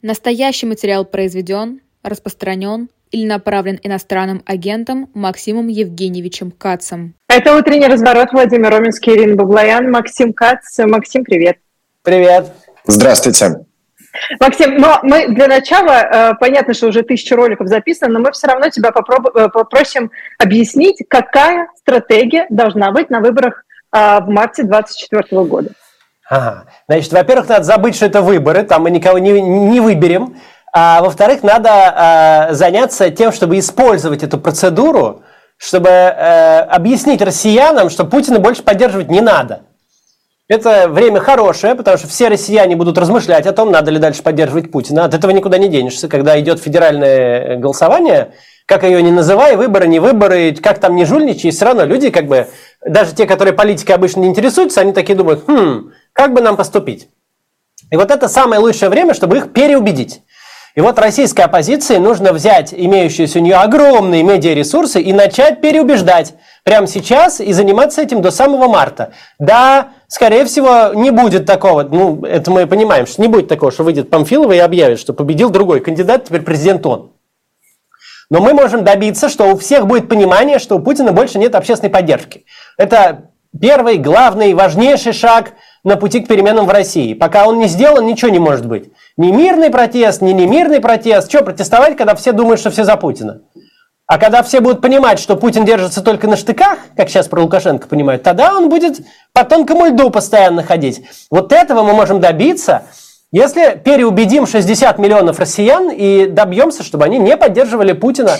Настоящий материал произведен, распространен или направлен иностранным агентом Максимом Евгеньевичем Кацем. Это «Утренний разворот». Владимир Роминский, Ирина Баблоян, Максим Кац. Максим, привет. Привет. Здравствуйте. Максим, но мы для начала, понятно, что уже 1000 роликов записано, но мы все равно тебя попросим объяснить, какая стратегия должна быть на выборах в марте 2024 года. Ага. Значит, во-первых, надо забыть, что это выборы, там мы никого не выберем. А во-вторых, надо заняться тем, чтобы использовать эту процедуру, чтобы объяснить россиянам, что Путина больше поддерживать не надо. Это время хорошее, потому что все россияне будут размышлять о том, надо ли дальше поддерживать Путина. От этого никуда не денешься. Когда идет федеральное голосование, как ее ни называй, выборы, не выборы, как там не жульничай, все равно люди, как бы, даже те, которые политикой обычно не интересуются, они такие думают, как бы нам поступить? И вот это самое лучшее время, чтобы их переубедить. И вот российской оппозиции нужно взять имеющиеся у нее огромные медиаресурсы и начать переубеждать прямо сейчас и заниматься этим до самого марта. Да, скорее всего, не будет такого, это мы понимаем, что не будет такого, что выйдет Памфилова и объявит, что победил другой кандидат, теперь президент он. Но мы можем добиться, что у всех будет понимание, что у Путина больше нет общественной поддержки. Это первый, главный, важнейший шаг на пути к переменам в России. Пока он не сделан, ничего не может быть. Ни мирный протест, ни немирный протест. Что протестовать, когда все думают, что все за Путина? А когда все будут понимать, что Путин держится только на штыках, как сейчас про Лукашенко понимают, тогда он будет по тонкому льду постоянно ходить. Вот этого мы можем добиться, если переубедим 60 миллионов россиян и добьемся, чтобы они не поддерживали Путина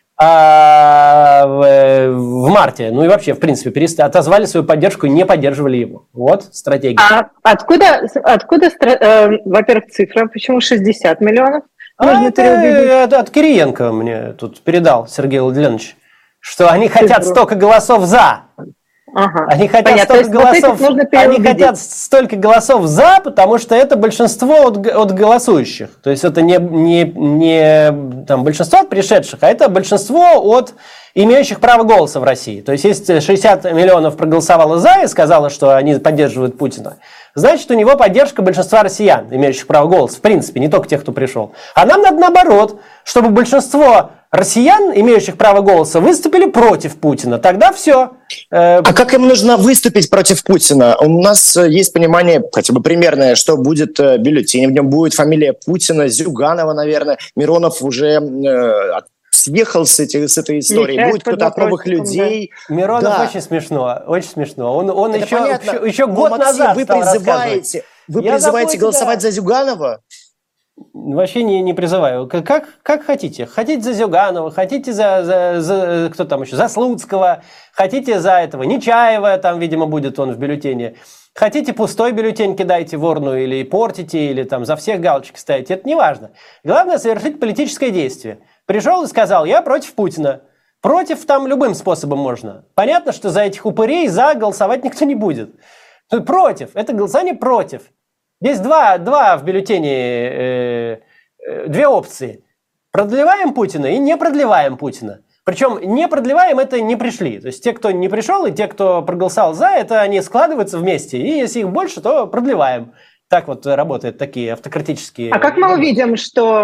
в марте. Ну и вообще, в принципе, отозвали свою поддержку и не поддерживали его. Вот стратегия. А откуда во-первых, цифра? Почему 60 миллионов? Это от Кириенко мне тут передал Сергей Владимирович, что они хотят столько голосов «за». Ага. Они хотят столько голосов «за», потому что это большинство от голосующих. То есть это не там, большинство от пришедших, а это большинство от имеющих право голоса в России. То есть если 60 миллионов проголосовало «за» и сказало, что они поддерживают Путина, значит, у него поддержка большинства россиян, имеющих право голоса, в принципе, не только тех, кто пришел. А нам надо наоборот, чтобы большинство россиян, имеющих право голоса, выступили против Путина. Тогда все. А как им нужно выступить против Путина? У нас есть понимание, хотя бы примерное, что будет бюллетень, в нем будет фамилия Путина, Зюганова, наверное. Миронов уже съехал с этой историей. Будет кто-то от новых людей. Миронов очень смешно, очень смешно. Он еще год Максим, назад вы призываете голосовать за Зюганова? Вообще не призываю. Как хотите. Хотите за Зюганова, хотите за кто там еще, за Слуцкого, хотите за этого Нечаева, там, видимо, будет он в бюллетене. Хотите пустой бюллетень кидайте в урну или портите, или там за всех галочки ставите. Это не важно. Главное совершить политическое действие. Пришел и сказал, я против Путина. Против там любым способом можно. Понятно, что за этих упырей за голосовать никто не будет. Против. Это голосование против. Есть два в бюллетене, две опции. Продлеваем Путина и не продлеваем Путина. Причем не продлеваем это не пришли. То есть те, кто не пришел, и те, кто проголосовал за, это они складываются вместе. И если их больше, то продлеваем. Так вот работают такие автократические... А как мы увидим,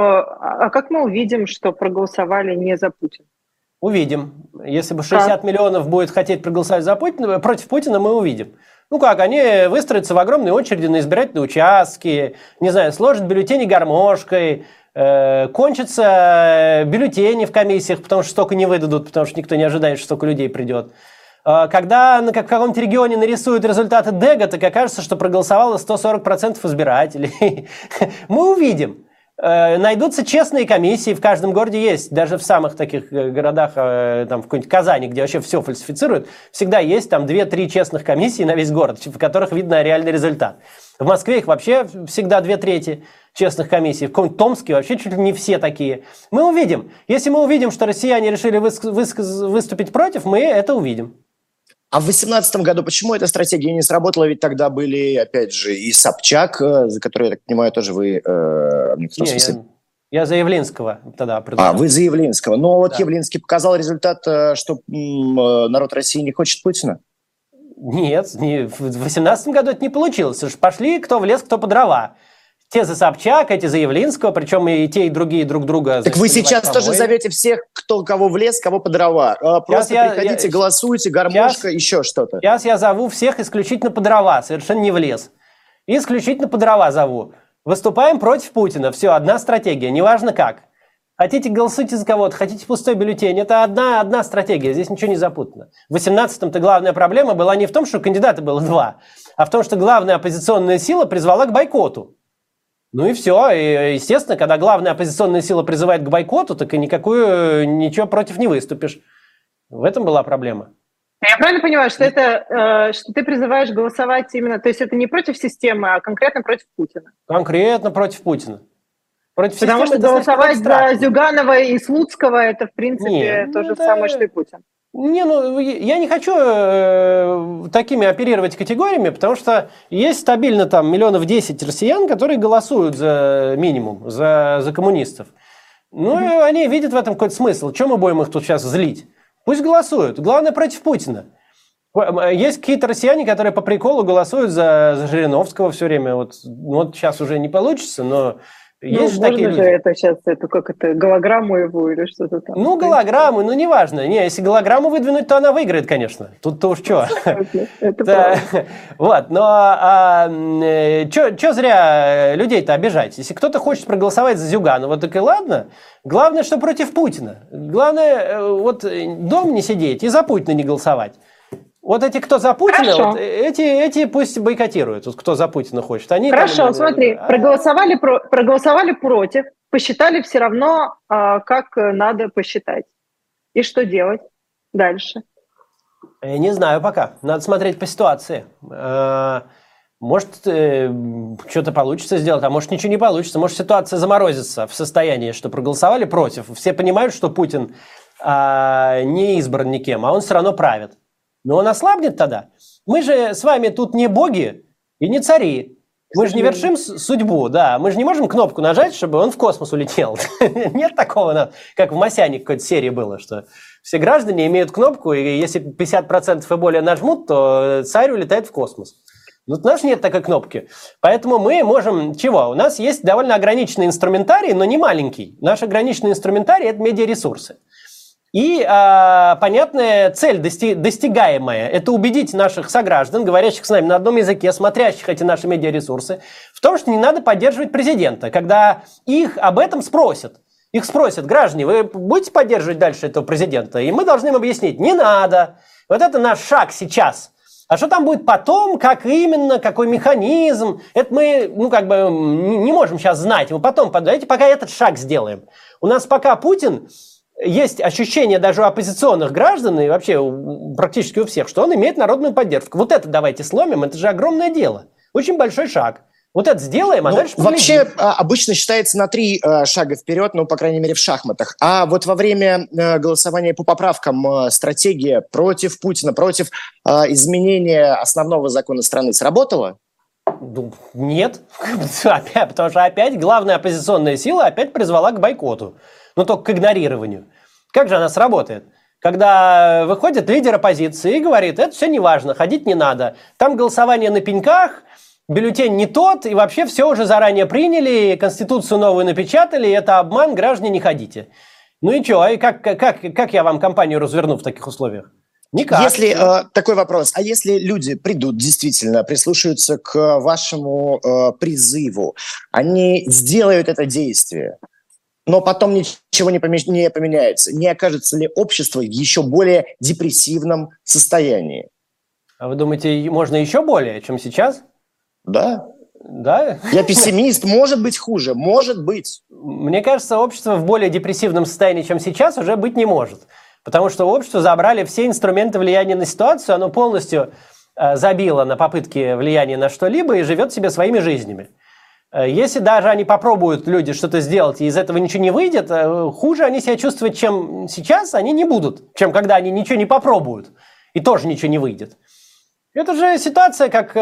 что проголосовали не за Путина? Увидим. Если бы 60 миллионов будет хотеть проголосовать за Путина, против Путина, мы увидим. Ну как, они выстроятся в огромные очереди на избирательные участки, не знаю, сложат бюллетени гармошкой, кончатся бюллетени в комиссиях, потому что столько не выдадут, потому что никто не ожидает, что столько людей придет. Когда в каком-то регионе нарисуют результаты ДЭГа, так окажется, что проголосовало 140% избирателей. Мы увидим. Найдутся честные комиссии, в каждом городе есть, даже в самых таких городах, там в какой-нибудь Казани, где вообще все фальсифицируют, всегда есть там 2-3 честных комиссии на весь город, в которых видно реальный результат. В Москве их вообще всегда 2/3 честных комиссий, в каком-нибудь Томске вообще чуть ли не все такие. Мы увидим. Если мы увидим, что россияне решили выступить против, мы это увидим. А в 2018 году почему эта стратегия не сработала? Ведь тогда были, опять же, и Собчак, за который, я так понимаю, тоже вы... Я за Явлинского тогда предлагал. Вы за Явлинского. Но вот да. Явлинский показал результат, что народ России не хочет Путина. Нет, в 2018 году это не получилось. Пошли кто в лес, кто по дрова. Те за Собчак, эти за Явлинского, причем и те, и другие друг друга... Так вы сейчас тоже зовете всех, кого в лес, кого по дрова. Просто приходите, голосуйте, гармошка, еще что-то. Сейчас я зову всех исключительно по дрова, совершенно не в лес. Исключительно по дрова зову. Выступаем против Путина. Все, одна стратегия, неважно как. Хотите, голосуйте за кого-то, хотите пустой бюллетень. Это одна стратегия, здесь ничего не запутано. В 18-м-то главная проблема была не в том, что кандидата было два, а в том, что главная оппозиционная сила призвала к бойкоту. Ну и все. И, естественно, когда главная оппозиционная сила призывает к бойкоту, так и ничего против не выступишь. В этом была проблема. Я правильно понимаю, что это, что ты призываешь голосовать именно, то есть это не против системы, а конкретно против Путина? Конкретно против Путина. Против Потому что голосовать за Зюганова и Слуцкого, это, в принципе, то же самое, что и Путин. Я не хочу такими оперировать категориями, потому что есть стабильно там 10 миллионов россиян, которые голосуют за минимум, за коммунистов. Ну, и они видят в этом какой-то смысл. Чем мы будем их тут сейчас злить? Пусть голосуют. Главное, против Путина. Есть какие-то россияне, которые по приколу голосуют за Жириновского все время. Вот сейчас уже не получится, но... Есть же такие люди. Это сейчас, голограмму его или что-то там? Ну, голограмму, неважно. Если голограмму выдвинуть, то она выиграет, конечно. Тут-то уж что. Это правда. Вот, но что зря людей-то обижать? Если кто-то хочет проголосовать за Зюганова, так и ладно. Главное, что против Путина. Главное, дома не сидеть и за Путина не голосовать. Вот эти, кто за Путина, эти пусть бойкотируют, кто за Путина хочет. Они хорошо, смотри, проголосовали против, посчитали все равно, как надо посчитать. И что делать дальше? Я не знаю пока. Надо смотреть по ситуации. Может, что-то получится сделать, а может, ничего не получится. Может, ситуация заморозится в состоянии, что проголосовали против. Все понимают, что Путин не избран никем, а он все равно правит. Но он ослабнет тогда. Мы же с вами тут не боги и не цари. Мы же не вершим судьбу, да. Мы же не можем кнопку нажать, чтобы он в космос улетел. Нет такого, как в «Масяне» какой-то серии было, что все граждане имеют кнопку, и если 50% и более нажмут, то царь улетает в космос. У нас нет такой кнопки. Поэтому мы можем... Чего? У нас есть довольно ограниченный инструментарий, но не маленький. Наш ограниченный инструментарий – это медиаресурсы. И понятная цель, достигаемая, это убедить наших сограждан, говорящих с нами на одном языке, смотрящих эти наши медиаресурсы, в том, что не надо поддерживать президента, когда их об этом спросят. Их спросят: граждане, вы будете поддерживать дальше этого президента? И мы должны им объяснить: не надо. Вот это наш шаг сейчас. А что там будет потом, как именно, какой механизм, это мы не можем сейчас знать. Мы потом, давайте пока этот шаг сделаем. У нас пока Путин... Есть ощущение даже у оппозиционных граждан и вообще практически у всех, что он имеет народную поддержку. Вот это давайте сломим, это же огромное дело. Очень большой шаг. Вот это сделаем, а дальше поглядим. Вообще обычно считается на 3 шага вперед, по крайней мере в шахматах. А вот во время голосования по поправкам стратегия против Путина, против изменения основного закона страны сработала? Нет, потому что опять главная оппозиционная сила опять призвала к бойкоту. Но только к игнорированию. Как же она сработает? Когда выходит лидер оппозиции и говорит: это все не важно, ходить не надо. Там голосование на пеньках, бюллетень не тот, и вообще все уже заранее приняли, Конституцию новую напечатали, это обман, граждане, не ходите. Ну и что? И как я вам кампанию разверну в таких условиях? Никак. Если такой вопрос, а если люди придут, действительно прислушаются к вашему призыву, они сделают это действие, но потом ничего не поменяется, не окажется ли общество в еще более депрессивном состоянии? А вы думаете, можно еще более, чем сейчас? Да. Да? Я пессимист, может быть хуже, может быть. Мне кажется, общество в более депрессивном состоянии, чем сейчас, уже быть не может. Потому что общество забрали все инструменты влияния на ситуацию, оно полностью забило на попытки влияния на что-либо и живет себе своими жизнями. Если даже они попробуют, люди, что-то сделать, и из этого ничего не выйдет, хуже они себя чувствовать, чем сейчас, они не будут, чем когда они ничего не попробуют, и тоже ничего не выйдет. Это же ситуация, как,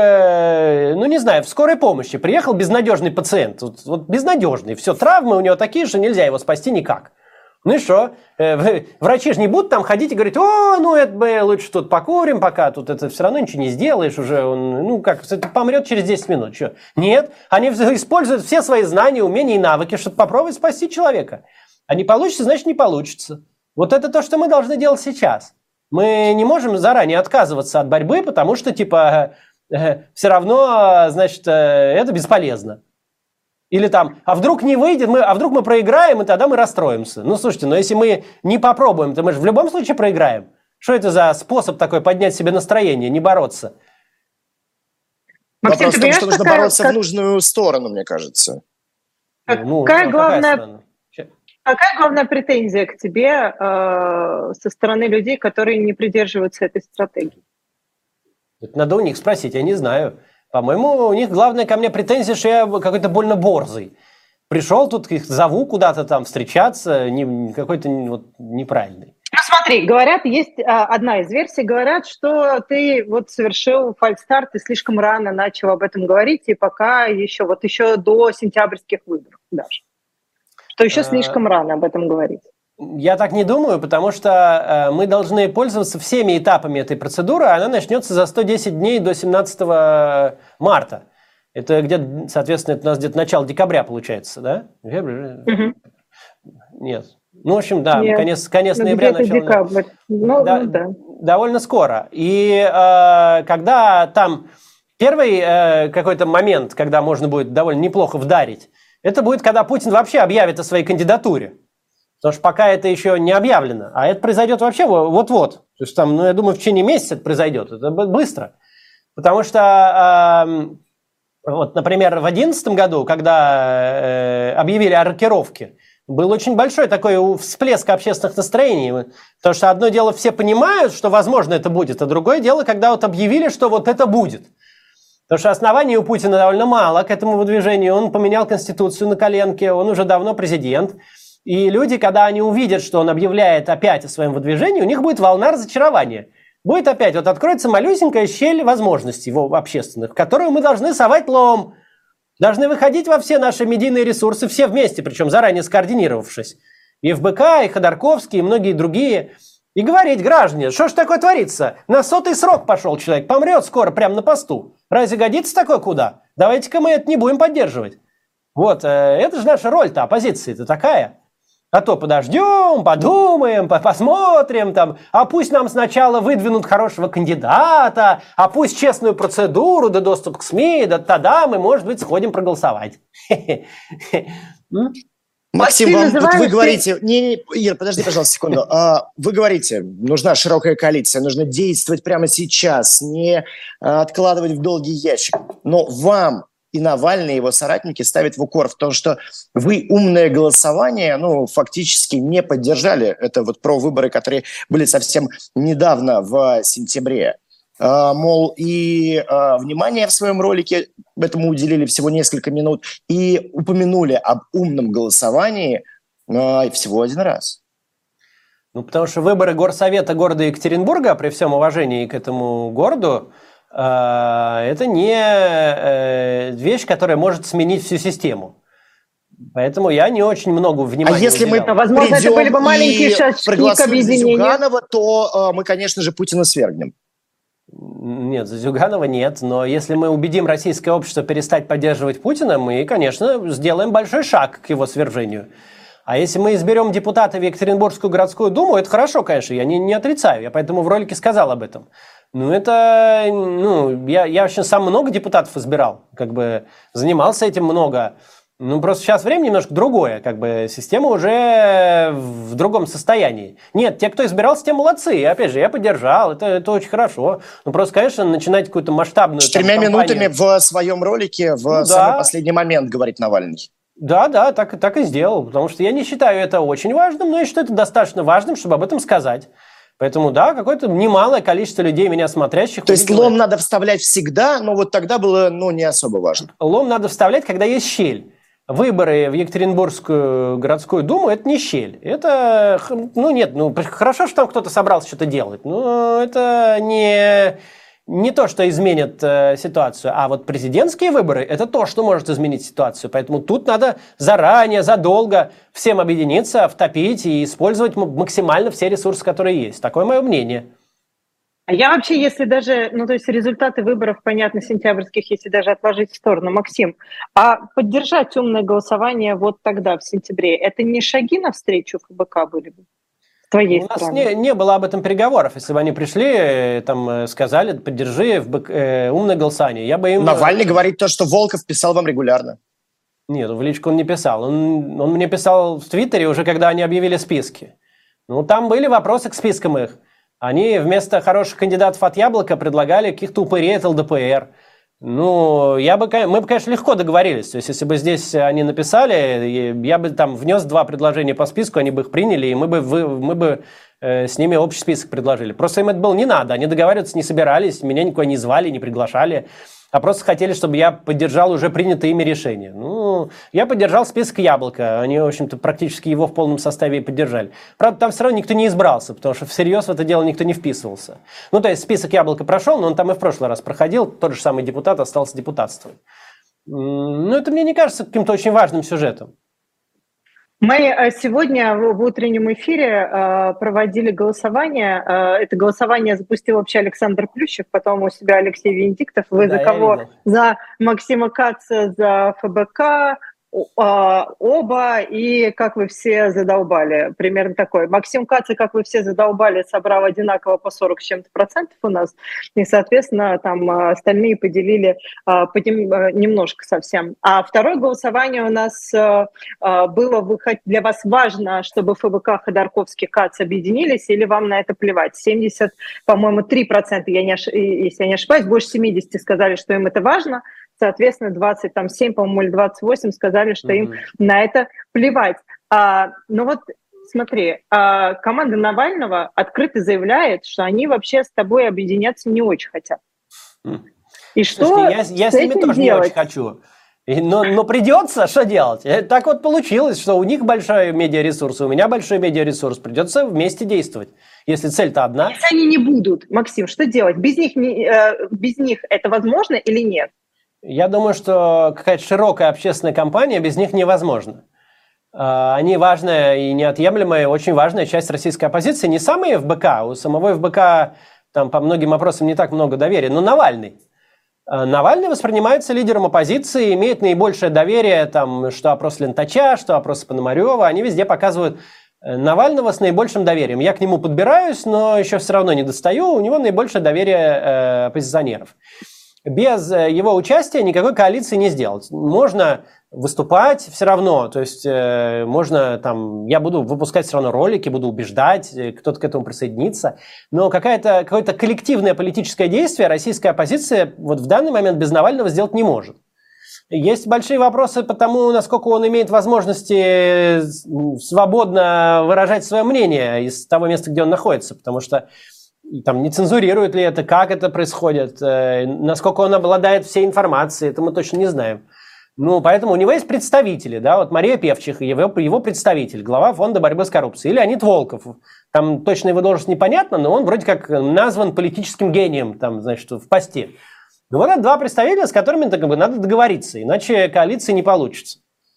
не знаю, в скорой помощи. Приехал безнадежный пациент, вот безнадежный, все, травмы у него такие, что нельзя его спасти никак. Ну и что? Врачи же не будут там ходить и говорить: о, ну это мы лучше тут покурим пока, тут это все равно ничего не сделаешь уже, он, это помрет через 10 минут. Что? Нет, они используют все свои знания, умения и навыки, чтобы попробовать спасти человека. А не получится, значит не получится. Вот это то, что мы должны делать сейчас. Мы не можем заранее отказываться от борьбы, потому что, все равно, значит, это бесполезно. Или там, а вдруг не выйдет, вдруг мы проиграем, и тогда мы расстроимся. Ну, слушайте, если мы не попробуем, то мы же в любом случае проиграем. Что это за способ такой поднять себе настроение, не бороться? Максим, вопрос в том, что нужно бороться в нужную сторону, мне кажется. Какая главная претензия к тебе со стороны людей, которые не придерживаются этой стратегии? Это надо у них спросить, я не знаю. По-моему, у них главная ко мне претензия, что я какой-то больно борзый. Пришел тут, их зову куда-то там встречаться, какой-то неправильный. Ну смотри, говорят, есть одна из версий, говорят, что ты совершил фальстарт и слишком рано начал об этом говорить, и пока еще до сентябрьских выборов даже. Что еще слишком рано об этом говорить. Я так не думаю, потому что мы должны пользоваться всеми этапами этой процедуры. Она начнется за 110 дней до 17 марта. Это где-то, соответственно, это у нас где-то начало декабря получается, да? Угу. Нет. Ну, в общем, да, нет. конец ноября, начало декабря. Да. Довольно скоро. И когда там первый какой-то момент, когда можно будет довольно неплохо вдарить, это будет, когда Путин вообще объявит о своей кандидатуре. Потому что пока это еще не объявлено. А это произойдет вообще вот-вот. То есть там, я думаю, в течение месяца это произойдет. Это быстро. Потому что, например, в 2011 году, когда объявили о рокировке, был очень большой такой всплеск общественных настроений. Потому что одно дело, все понимают, что, возможно, это будет, а другое дело, когда объявили, что это будет. Потому что оснований у Путина довольно мало к этому выдвижению. Он поменял конституцию на коленке, он уже давно президент. И люди, когда они увидят, что он объявляет опять о своем выдвижении, у них будет волна разочарования. Будет опять, откроется малюсенькая щель возможностей общественных, в которую мы должны совать лом. Должны выходить во все наши медийные ресурсы, все вместе, причем заранее скоординировавшись. И ФБК, и Ходорковский, и многие другие. И говорить: граждане, что ж такое творится? На 100-й срок пошел человек, помрет скоро прямо на посту. Разве годится такое куда? Давайте-ка мы это не будем поддерживать. Это же наша роль-то, оппозиции-то такая. А то подождем, подумаем, посмотрим, а пусть нам сначала выдвинут хорошего кандидата, а пусть честную процедуру, да доступ к СМИ, да тогда мы, может быть, сходим проголосовать. Максим, вы говорите... Ир, подожди, пожалуйста, секунду. Вы говорите, нужна широкая коалиция, нужно действовать прямо сейчас, не откладывать в долгий ящик. Но вам и Навальный, и его соратники ставят в укор в том, что вы умное голосование, фактически не поддержали. Это про выборы, которые были совсем недавно, в сентябре. Мол, и внимание в своем ролике этому уделили всего несколько минут и упомянули об умном голосовании всего один раз. Потому что выборы горсовета города Екатеринбурга, при всем уважении к этому городу, это не вещь, которая может сменить всю систему. Поэтому я не очень много внимания уделял. А если мы возможно, это были бы маленькие шажки к объединению. За Зюганова, то мы, конечно же, Путина свергнем. Нет, за Зюганова нет. Но если мы убедим российское общество перестать поддерживать Путина, мы, конечно, сделаем большой шаг к его свержению. А если мы изберем депутата в Екатеринбургскую городскую думу, это хорошо, конечно, я не отрицаю. Я поэтому в ролике сказал об этом. Я вообще сам много депутатов избирал, занимался этим много. Просто сейчас время немножко другое, система уже в другом состоянии. Нет, те, кто избирался, те молодцы. И, опять же, я поддержал, это очень хорошо. Просто, конечно, начинать какую-то масштабную... 4 минутами в своем ролике самый последний момент, говорит Навальный. Да, так и сделал, потому что я не считаю это очень важным, но я считаю это достаточно важным, чтобы об этом сказать. Поэтому, да, какое-то немалое количество людей, меня смотрящих... То есть лом надо вставлять всегда, но тогда было, не особо важно. Лом надо вставлять, когда есть щель. Выборы в Екатеринбургскую городскую думу – это не щель. Это, хорошо, что там кто-то собрался что-то делать, но это не не то, что изменит ситуацию, а вот президентские выборы – это то, что может изменить ситуацию. Поэтому тут надо заранее, задолго всем объединиться, втопить и использовать максимально все ресурсы, которые есть. Такое мое мнение. Я вообще, если даже, то есть результаты выборов, понятно, сентябрьских, если даже отложить в сторону, Максим, а поддержать умное голосование вот тогда, в сентябре, это не шаги навстречу ФБК были бы? У нас не было об этом переговоров. Если бы они пришли, там сказали, поддержи умное голосование. Я бы им... Навальный говорит то, что Волков писал вам регулярно. Нет, в личку он не писал. Он мне писал в Твиттере уже, когда они объявили списки. Там были вопросы к спискам их. Они вместо хороших кандидатов от Яблока предлагали каких-то упырей от ЛДПР. Мы бы, конечно, легко договорились. То есть, если бы здесь они написали, я бы там внес 2 предложения по списку, они бы их приняли, и мы бы с ними общий список предложили. Просто им это было не надо. Они договариваться не собирались, меня никуда не звали, не приглашали, а просто хотели, чтобы я поддержал уже принятые ими решения. Я поддержал список Яблока. Они, в общем-то, практически его в полном составе и поддержали. Правда, там все равно никто не избрался, потому что всерьез в это дело никто не вписывался. То есть список Яблока прошел, но он там и в прошлый раз проходил. Тот же самый депутат остался депутатствовать. Это мне не кажется каким-то очень важным сюжетом. Мы сегодня в утреннем эфире проводили голосование. Это голосование запустил вообще Александр Плющев, потом у себя Алексей Венедиктов. Вы за кого? За Максима Каца, за ФБК, оба, и как вы все задолбали. Примерно такой. Максим Кац, и как вы все задолбали, собрал одинаково по 40 с чем-то процентов у нас. И, соответственно, там остальные поделили немножко совсем. А второе голосование у нас было, для вас важно, чтобы ФБК, Ходорковский, Кац объединились, или вам на это плевать? 70, по-моему, 3%, если я не ошибаюсь, больше 70 сказали, что им это важно. Соответственно, 27, по-моему, или 28 сказали, что им на это плевать. Смотри, команда Навального открыто заявляет, что они вообще с тобой объединяться не очень хотят. И что слушайте, я с ними тоже делать? Не очень хочу. Но придется, что делать? Так вот получилось, что у них большой медиаресурс, у меня большой медиаресурс. Придется вместе действовать, если цель-то одна. Если они не будут, Максим, что делать? Без них это возможно или нет? Я думаю, что какая-то широкая общественная кампания без них невозможна. Они важная и неотъемлемая, очень важная часть российской оппозиции. Не самые ФБК, у самого ФБК там по многим вопросам не так много доверия, но Навальный. Навальный воспринимается лидером оппозиции, имеет наибольшее доверие, там, что опрос Лентача, что опрос Пономарева. Они везде показывают Навального с наибольшим доверием. Я к нему подбираюсь, но еще все равно не достаю. У него наибольшее доверие оппозиционеров. Без его участия никакой коалиции не сделать. Можно выступать все равно, то есть можно там, я буду выпускать все равно ролики, буду убеждать, кто-то к этому присоединится, но какое-то коллективное политическое действие российская оппозиция вот в данный момент без Навального сделать не может. Есть большие вопросы по тому, насколько он имеет возможности свободно выражать свое мнение из того места, где он находится, потому что там не цензурирует ли это, как это происходит, насколько он обладает всей информацией, это мы точно не знаем. Поэтому у него есть представители, да, вот Мария Певчих, его представитель, глава фонда борьбы с коррупцией, или Леонид Волков. Там точно его должность непонятна, но он вроде как назван политическим гением, там, значит, в посте. Вот это 2 представителя, с которыми надо договориться, иначе коалиции не получится.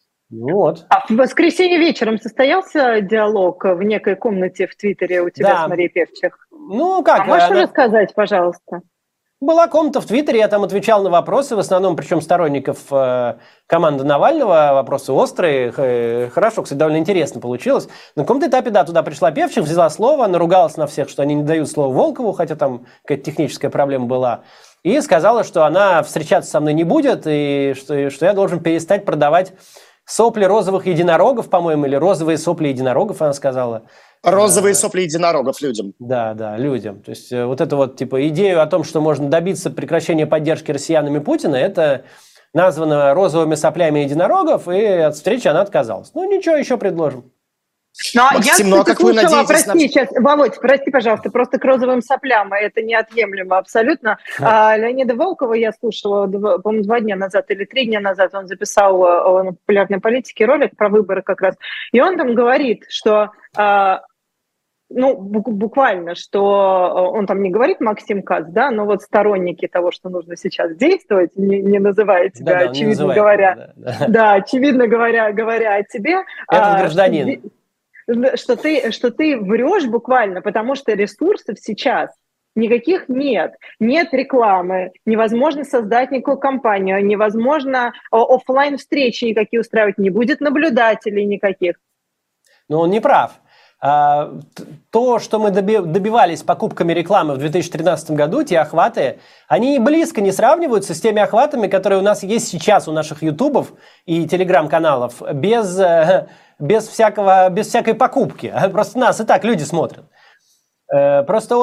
А в воскресенье вечером состоялся диалог в некой комнате в Твиттере у тебя с Марией Певчих? Можешь рассказать, пожалуйста? Была комната в Твиттере, я там отвечал на вопросы, в основном, причем сторонников команды Навального, вопросы острые, хорошо, кстати, довольно интересно получилось. На каком-то этапе, да, туда пришла Певчих, взяла слово, наругалась на всех, что они не дают слова Волкову, хотя там какая-то техническая проблема была, и сказала, что она встречаться со мной не будет, и что я должен перестать продавать сопли розовых единорогов, по-моему, или розовые сопли единорогов, она сказала. Розовые сопли единорогов людям. Да, людям. То есть вот эту вот типа идею о том, что можно добиться прекращения поддержки россиянами Путина, это названо розовыми соплями единорогов, и от встречи она отказалась. Ничего, еще предложим. Максим, я, кстати, слушала, сейчас, Володь, прости, пожалуйста, просто к розовым соплям, это неотъемлемо абсолютно. Леонида Волкова я слушала, по-моему, 2 дня назад или 3 дня назад, он записал на популярной политике ролик про выборы как раз, и он там говорит, что ну, буквально, что он там не говорит Максим Кац, да, но вот сторонники того, что нужно сейчас действовать, не называя тебя, Да, очевидно говоря, да, очевидно говоря о тебе, этот гражданин. Что ты врешь буквально, потому что ресурсов сейчас никаких нет. Нет рекламы, невозможно создать никакую кампанию, невозможно офлайн встречи никакие устраивать, не будет наблюдателей никаких. Но он не прав. То, что мы добивались покупками рекламы в 2013 году, те охваты, они близко не сравниваются с теми охватами, которые у нас есть сейчас у наших ютубов и телеграм-каналов без всякой покупки. Просто нас и так люди смотрят. Просто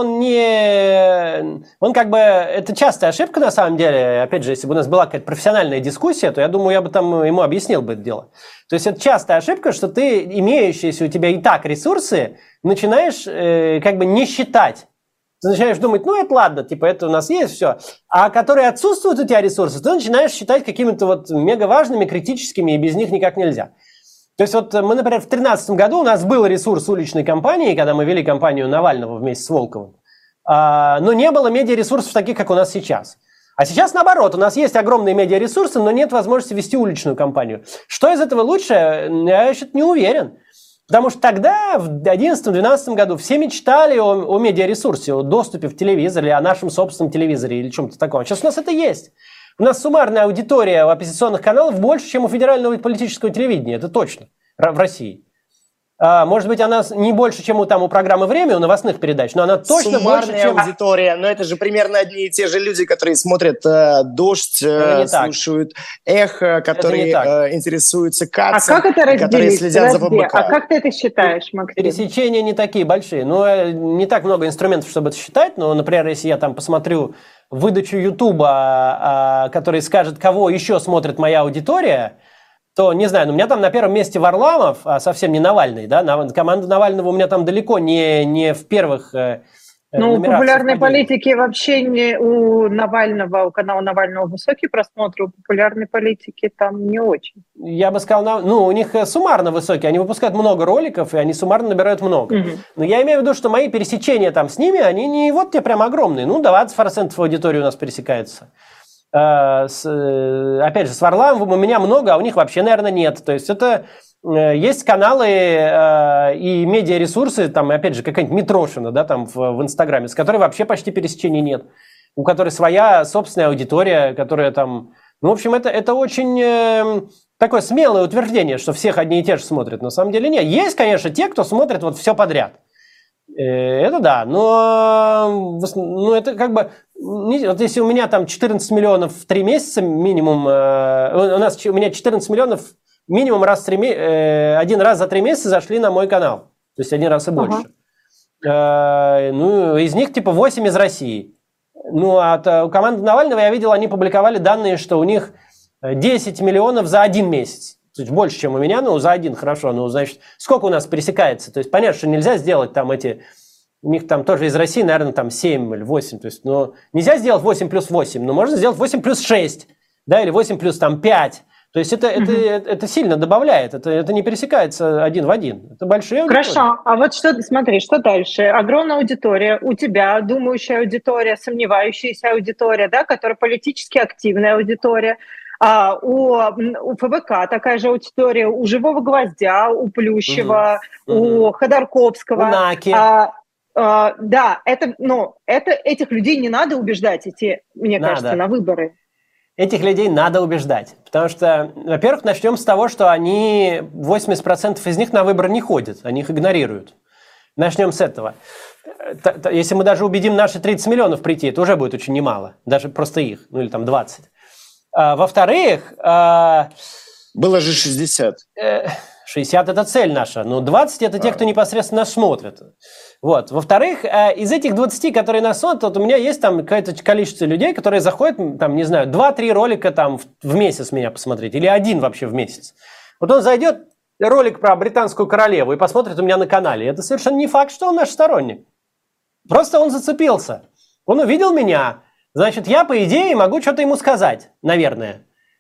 он как бы, это частая ошибка на самом деле, опять же, если бы у нас была какая-то профессиональная дискуссия, то я думаю, я бы там ему объяснил бы это дело. То есть это частая ошибка, что ты, имеющиеся у тебя и так ресурсы, начинаешь как бы не считать. Ты начинаешь думать, ну это ладно, типа это у нас есть, все. А которые отсутствуют у тебя ресурсы, ты начинаешь считать какими-то вот мега важными, критическими, и без них никак нельзя. То есть вот мы, например, в 2013 году у нас был ресурс уличной кампании, когда мы вели кампанию Навального вместе с Волковым, но не было медиаресурсов таких, как у нас сейчас. А сейчас наоборот, у нас есть огромные медиаресурсы, но нет возможности вести уличную кампанию. Что из этого лучше, я что-то не уверен. Потому что тогда, в 2011-2012 году, все мечтали о медиаресурсе, о доступе в телевизор, или о нашем собственном телевизоре, или чем-то таком. Сейчас у нас это есть. У нас суммарная аудитория у оппозиционных каналов больше, чем у федерального политического телевидения. Это точно. В России. Может быть, она не больше, чем у программы «Время», у новостных передач, но она точно суммарная больше, чем... аудитория. Но это же примерно одни и те же люди, которые смотрят «Дождь», слушают «Эхо», которые интересуются Кацем, как это которые следят за ФБК. А как ты это считаешь, Максим? Пересечения не такие большие. Не так много инструментов, чтобы это считать. Но, например, если я там посмотрю выдачу Ютуба, который скажет, кого еще смотрит моя аудитория, то, не знаю, у меня там на первом месте Варламов, а совсем не Навальный, да, команда Навального у меня там далеко не в первых Ну, у популярной политики вообще не у Навального, у канала Навального высокие просмотры, у популярной политики там не очень. Я бы сказал, у них суммарно высокие, они выпускают много роликов, и они суммарно набирают много. Угу. Но я имею в виду, что мои пересечения там с ними, они не вот те прям огромные, 20% аудитории у нас пересекается. Опять же, с Варламовым у меня много, а у них вообще, наверное, нет. То есть это есть каналы и медиаресурсы, там, опять же, какая-нибудь Митрошина, да, там в Инстаграме, с которой вообще почти пересечений нет. У которой своя собственная аудитория, которая там... в общем, это очень такое смелое утверждение, что всех одни и те же смотрят. На самом деле нет. Есть, конечно, те, кто смотрит вот все подряд. Это да, но это как бы... Вот если у меня там 14 миллионов в 3 месяца минимум, у меня 14 миллионов минимум один раз за 3 месяца зашли на мой канал. То есть один раз и больше. Из них типа 8 из России. У команды Навального я видел, они публиковали данные, что у них 10 миллионов за 1 месяц. То есть больше, чем у меня, за один хорошо. Значит, сколько у нас пересекается? То есть понятно, что нельзя сделать там у них там тоже из России, наверное, там 7 или 8. То есть, нельзя сделать 8 плюс 8, но можно сделать 8 плюс 6, да, или 8 плюс там 5. То есть это сильно добавляет, это не пересекается один в один. Это большие аудитории. Хорошо, а вот смотри, что дальше? Огромная аудитория, у тебя думающая аудитория, сомневающаяся аудитория, да, которая политически активная аудитория. У ФБК такая же аудитория, у «Живого гвоздя», у Плющева, у Ходорковского. У Наки. Да, этих людей не надо убеждать идти, мне кажется, на выборы. Этих людей надо убеждать. Потому что, во-первых, начнем с того, что 80% из них на выборы не ходят, они их игнорируют. Начнем с этого. Если мы даже убедим наши 30 миллионов прийти, это уже будет очень немало. Даже просто их, или там 20. Во-вторых... Было же 60. 60 – это цель наша, 20 – это те, кто непосредственно нас смотрит. Вот. Во-вторых, из этих 20, которые нас смотрят, у меня есть там какое-то количество людей, которые заходят, там, не знаю, 2-3 ролика там в месяц меня посмотреть, или один вообще в месяц. Вот он зайдет, ролик про британскую королеву, и посмотрит у меня на канале. Это совершенно не факт, что он наш сторонник. Просто он зацепился. Он увидел меня. Значит, я, по идее, могу что-то ему сказать, наверное.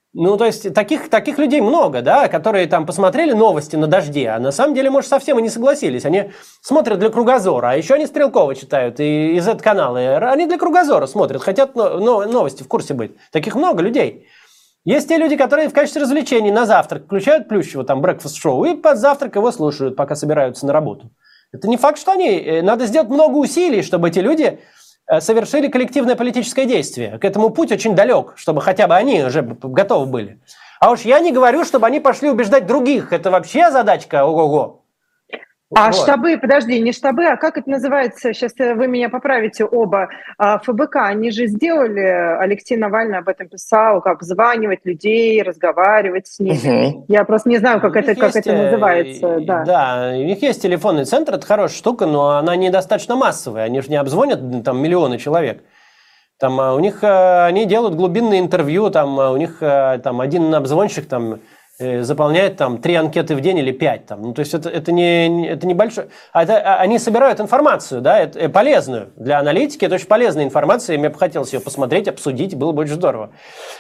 Ну, то есть таких людей много, да, которые там посмотрели новости на «Дожде», а на самом деле, может, совсем и не согласились. Они смотрят для кругозора, а еще они Стрелкова читают и из Z-канала. Они для кругозора смотрят, хотят новости в курсе быть. Таких много людей. Есть те люди, которые в качестве развлечений на завтрак включают Плющева, там, брекфаст-шоу, и под завтрак его слушают, пока собираются на работу. Это не факт, что они... Надо сделать много усилий, чтобы эти люди совершили коллективное политическое действие. К этому путь очень далек, чтобы хотя бы они уже готовы были. А уж я не говорю, чтобы они пошли убеждать других. Это вообще задачка ого-го. А вот. Штабы, подожди, не штабы, а как это называется? Сейчас вы меня поправите оба. ФБК, они же сделали, Алексей Навальный об этом писал, как званивать людей, разговаривать с ними. Я просто не знаю, как это называется. Да, у них есть телефонный центр, это хорошая штука, но она недостаточно массовая. Они же не обзвонят там миллионы человек. Там у них они делают глубинные интервью, там у них там один обзвонщик там заполняет там 3 анкеты в день или 5. Там. Ну, то есть это небольшое. Они собирают информацию, да, полезную для аналитики. Это очень полезная информация, и мне бы хотелось ее посмотреть, обсудить, было бы очень здорово.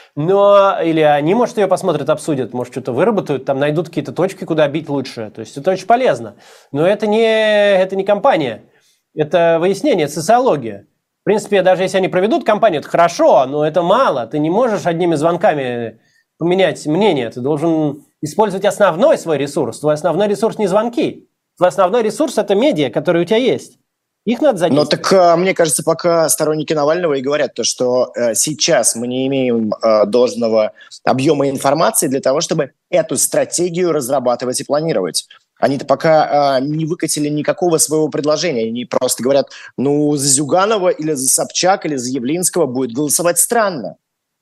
Или они, может, ее посмотрят, обсудят, может, что-то выработают, там найдут какие-то точки, куда бить лучше. То есть это очень полезно. Но это не кампания, это выяснение, это социология. В принципе, даже если они проведут кампанию, это хорошо, но это мало. Ты не можешь одними звонками поменять мнение. Ты должен использовать основной свой ресурс. Твой основной ресурс не звонки. Твой основной ресурс – это медиа, которые у тебя есть. Их надо задействовать. Но так, мне кажется, пока сторонники Навального и говорят то, что сейчас мы не имеем должного объема информации для того, чтобы эту стратегию разрабатывать и планировать. Они-то пока не выкатили никакого своего предложения. Они просто говорят, ну, за Зюганова или за Собчак или за Явлинского будет голосовать странно.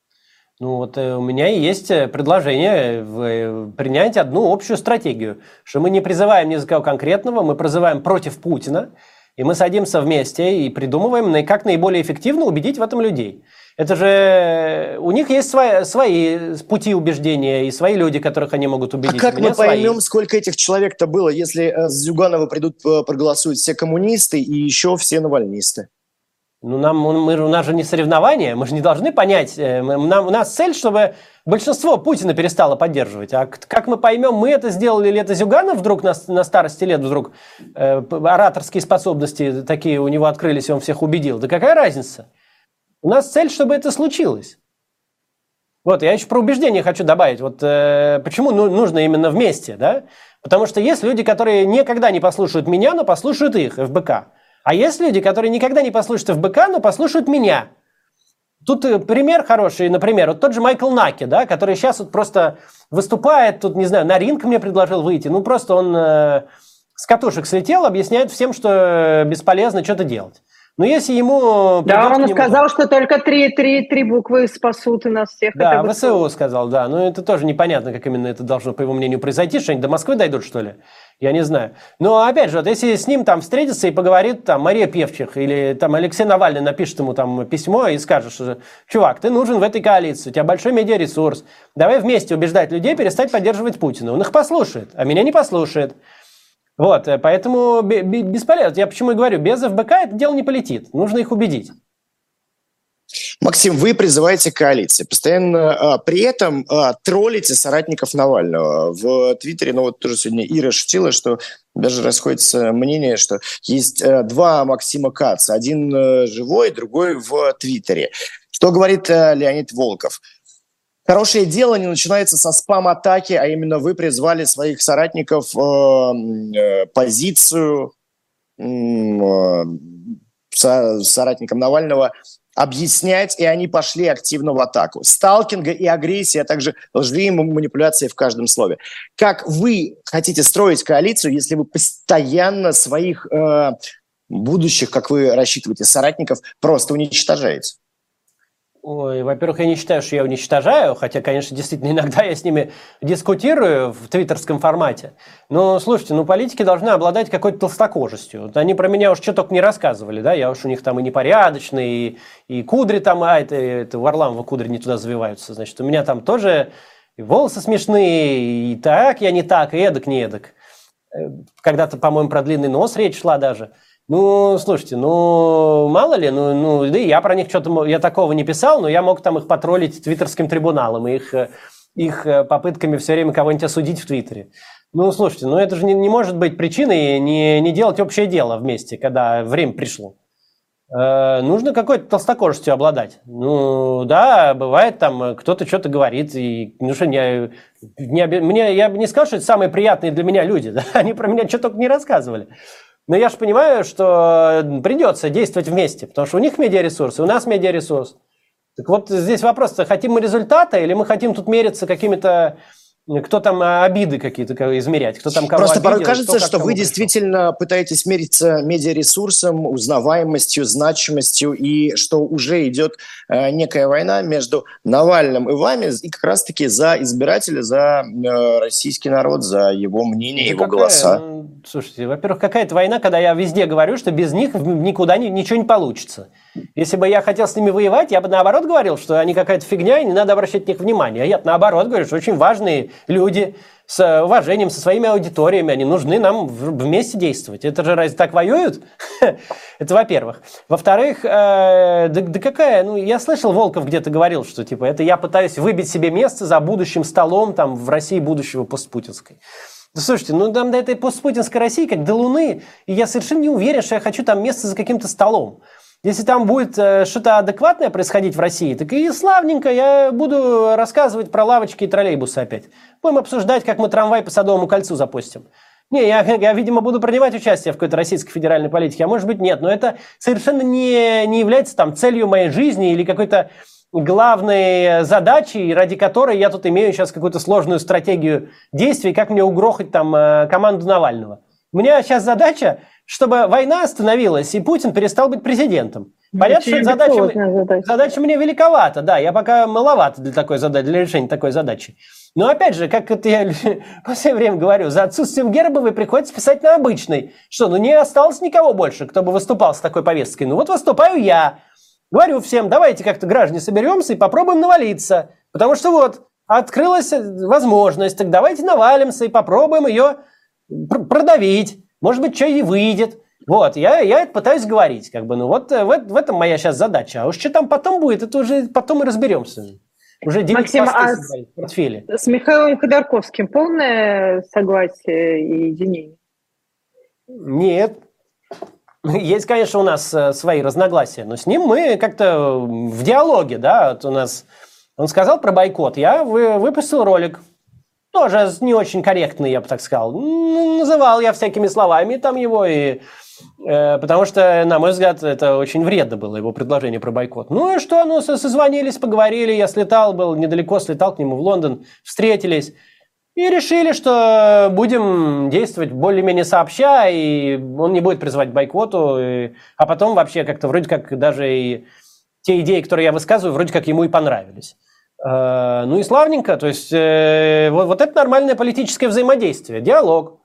Ну вот у меня и есть предложение принять одну общую стратегию, что мы не призываем ни за кого конкретного, мы призываем против Путина, и мы садимся вместе и придумываем, как наиболее эффективно убедить в этом людей. Это же у них есть свои пути убеждения и свои люди, которых они могут убедить. А как мы поймем, сколько этих человек-то было, если с Зюганова придут проголосуют все коммунисты и еще все навальнисты? Ну, у нас же не соревнования, мы же не должны понять. У нас цель, чтобы большинство Путина перестало поддерживать. А как мы поймем, мы это сделали или это Зюганов вдруг на старости лет вдруг ораторские способности такие у него открылись, и он всех убедил? Да какая разница? У нас цель, чтобы это случилось. Вот, я еще про убеждение хочу добавить. Вот почему нужно именно вместе, да? Потому что есть люди, которые никогда не послушают меня, но послушают их, ФБК. А есть люди, которые никогда не послушают ФБК, но послушают меня. Тут пример хороший, например, вот тот же Майкл Наки, да, который сейчас вот просто выступает, тут, не знаю, на ринг мне предложил выйти. Ну, просто он с катушек слетел, объясняет всем, что бесполезно что-то делать. Но если ему... Да, он сказал, что только три буквы спасут и нас всех. Да, ВСУ сказал, да. Но это тоже непонятно, как именно это должно, по его мнению, произойти. Что они до Москвы дойдут, что ли? Я не знаю. Но, опять же, вот если с ним там встретится и поговорит там Мария Певчих или там Алексей Навальный напишет ему там письмо и скажет, что, чувак, ты нужен в этой коалиции, у тебя большой медиаресурс, давай вместе убеждать людей перестать поддерживать Путина. Он их послушает, а меня не послушает. Вот, поэтому бесполезно. Я почему и говорю, без ФБК это дело не полетит. Нужно их убедить. Максим, вы призываете к коалиции, постоянно при этом троллите соратников Навального. В Твиттере, ну вот тоже сегодня Ира шутила, что даже расходится мнение, что есть два Максима Каца. Один живой, другой в Твиттере. Что говорит Леонид Волков? Хорошее дело не начинается со спам-атаки, а именно вы призвали своих соратников позицию соратникам Навального объяснять, и они пошли активно в атаку. Сталкинга и агрессия, а также лживые манипуляции в каждом слове. Как вы хотите строить коалицию, если вы постоянно своих будущих, как вы рассчитываете, соратников просто уничтожаете? Ой, во-первых, я не считаю, что я уничтожаю, хотя, конечно, действительно, иногда я с ними дискутирую в твиттерском формате. Но, слушайте, политики должны обладать какой-то толстокожестью. Вот они про меня уж что только не рассказывали, да, я уж у них там и непорядочный, и кудри там, это у Варламова кудри не туда завиваются, значит, у меня там тоже и волосы смешные, и так я не так, и эдак не эдак. Когда-то, по-моему, про длинный нос речь шла даже. Слушайте, мало ли, да и я про них что-то, я такого не писал, но я мог там их потроллить твиттерским трибуналом, и их их попытками все время кого-нибудь осудить в Твиттере. Ну, слушайте, ну это же не может быть причиной не делать общее дело вместе, когда время пришло. Нужно какой-то толстокожестью обладать. Ну, да, бывает там, кто-то что-то говорит, и, ну что, я бы не сказал, что это самые приятные для меня люди, да? Они про меня что только не рассказывали. Но я же понимаю, что придется действовать вместе, потому что у них медиаресурсы, у нас медиаресурс. Так вот здесь вопрос, хотим мы результата или мы хотим тут мериться какими-то... Кто там обиды какие-то измерять, кто там кого Просто обидел, порой кажется, что вы пришел. действительно пытаетесь мериться медиаресурсом, узнаваемостью, значимостью, и что уже идет некая война между Навальным и вами, и как раз-таки за избирателя, за российский народ, за его мнение, его голоса. Слушайте, во-первых, какая-то война, когда я везде говорю, что без них никуда ничего не получится. Если бы я хотел с ними воевать, я бы наоборот говорил, что они какая-то фигня, и не надо обращать на них внимание. А я наоборот говорю, что очень важные люди с уважением, со своими аудиториями, они нужны нам вместе действовать. Это же разве так воюют? Это во-первых. Во-вторых, да какая, ну я слышал, Волков где-то говорил, что типа это я пытаюсь выбить себе место за будущим столом там в России будущего постпутинской. Да слушайте, ну там до этой постпутинской России как до Луны, и я совершенно не уверен, что я хочу там место за каким-то столом. Если там будет что-то адекватное происходить в России, так и славненько я буду рассказывать про лавочки и троллейбусы опять. Будем обсуждать, как мы трамвай по Садовому кольцу запустим. Не, я, видимо, буду принимать участие в какой-то российской федеральной политике, а может быть нет. Но это совершенно не является там целью моей жизни или какой-то главной задачей, ради которой я тут имею сейчас какую-то сложную стратегию действий, как мне угрохать там команду Навального. У меня сейчас задача, чтобы война остановилась и Путин перестал быть президентом. Понятно, что задача мне великовата, да, я пока маловато для решения такой задачи. Но опять же, как это я по все время говорю, за отсутствием Гербовой приходится писать на обычной. Что, ну не осталось никого больше, кто бы выступал с такой повесткой. Ну вот выступаю я. Говорю всем, давайте как-то, граждане, соберемся и попробуем навалиться. Потому что вот открылась возможность, так давайте навалимся и попробуем ее продавить. Может быть, что и выйдет. Вот, я это пытаюсь говорить. Как бы, ну вот в этом моя сейчас задача. А уж что там потом будет, это уже потом и разберемся. Уже Максим, в портфеле. С Михаилом Ходорковским полное согласие и единение? Нет. Есть, конечно, у нас свои разногласия, но с ним мы как-то в диалоге, да. Вот у нас он сказал про бойкот, я выпустил ролик. Тоже не очень корректный, я бы так сказал. Называл я всякими словами там его, потому что, на мой взгляд, это очень вредно было, его предложение про бойкот. Ну и что, ну созвонились, поговорили, я слетал к нему в Лондон, встретились и решили, что будем действовать более-менее сообща, и он не будет призывать к бойкоту, а потом вообще как-то вроде как даже и те идеи, которые я высказываю, вроде как ему и понравились. Ну и славненько, то есть вот это нормальное политическое взаимодействие, диалог.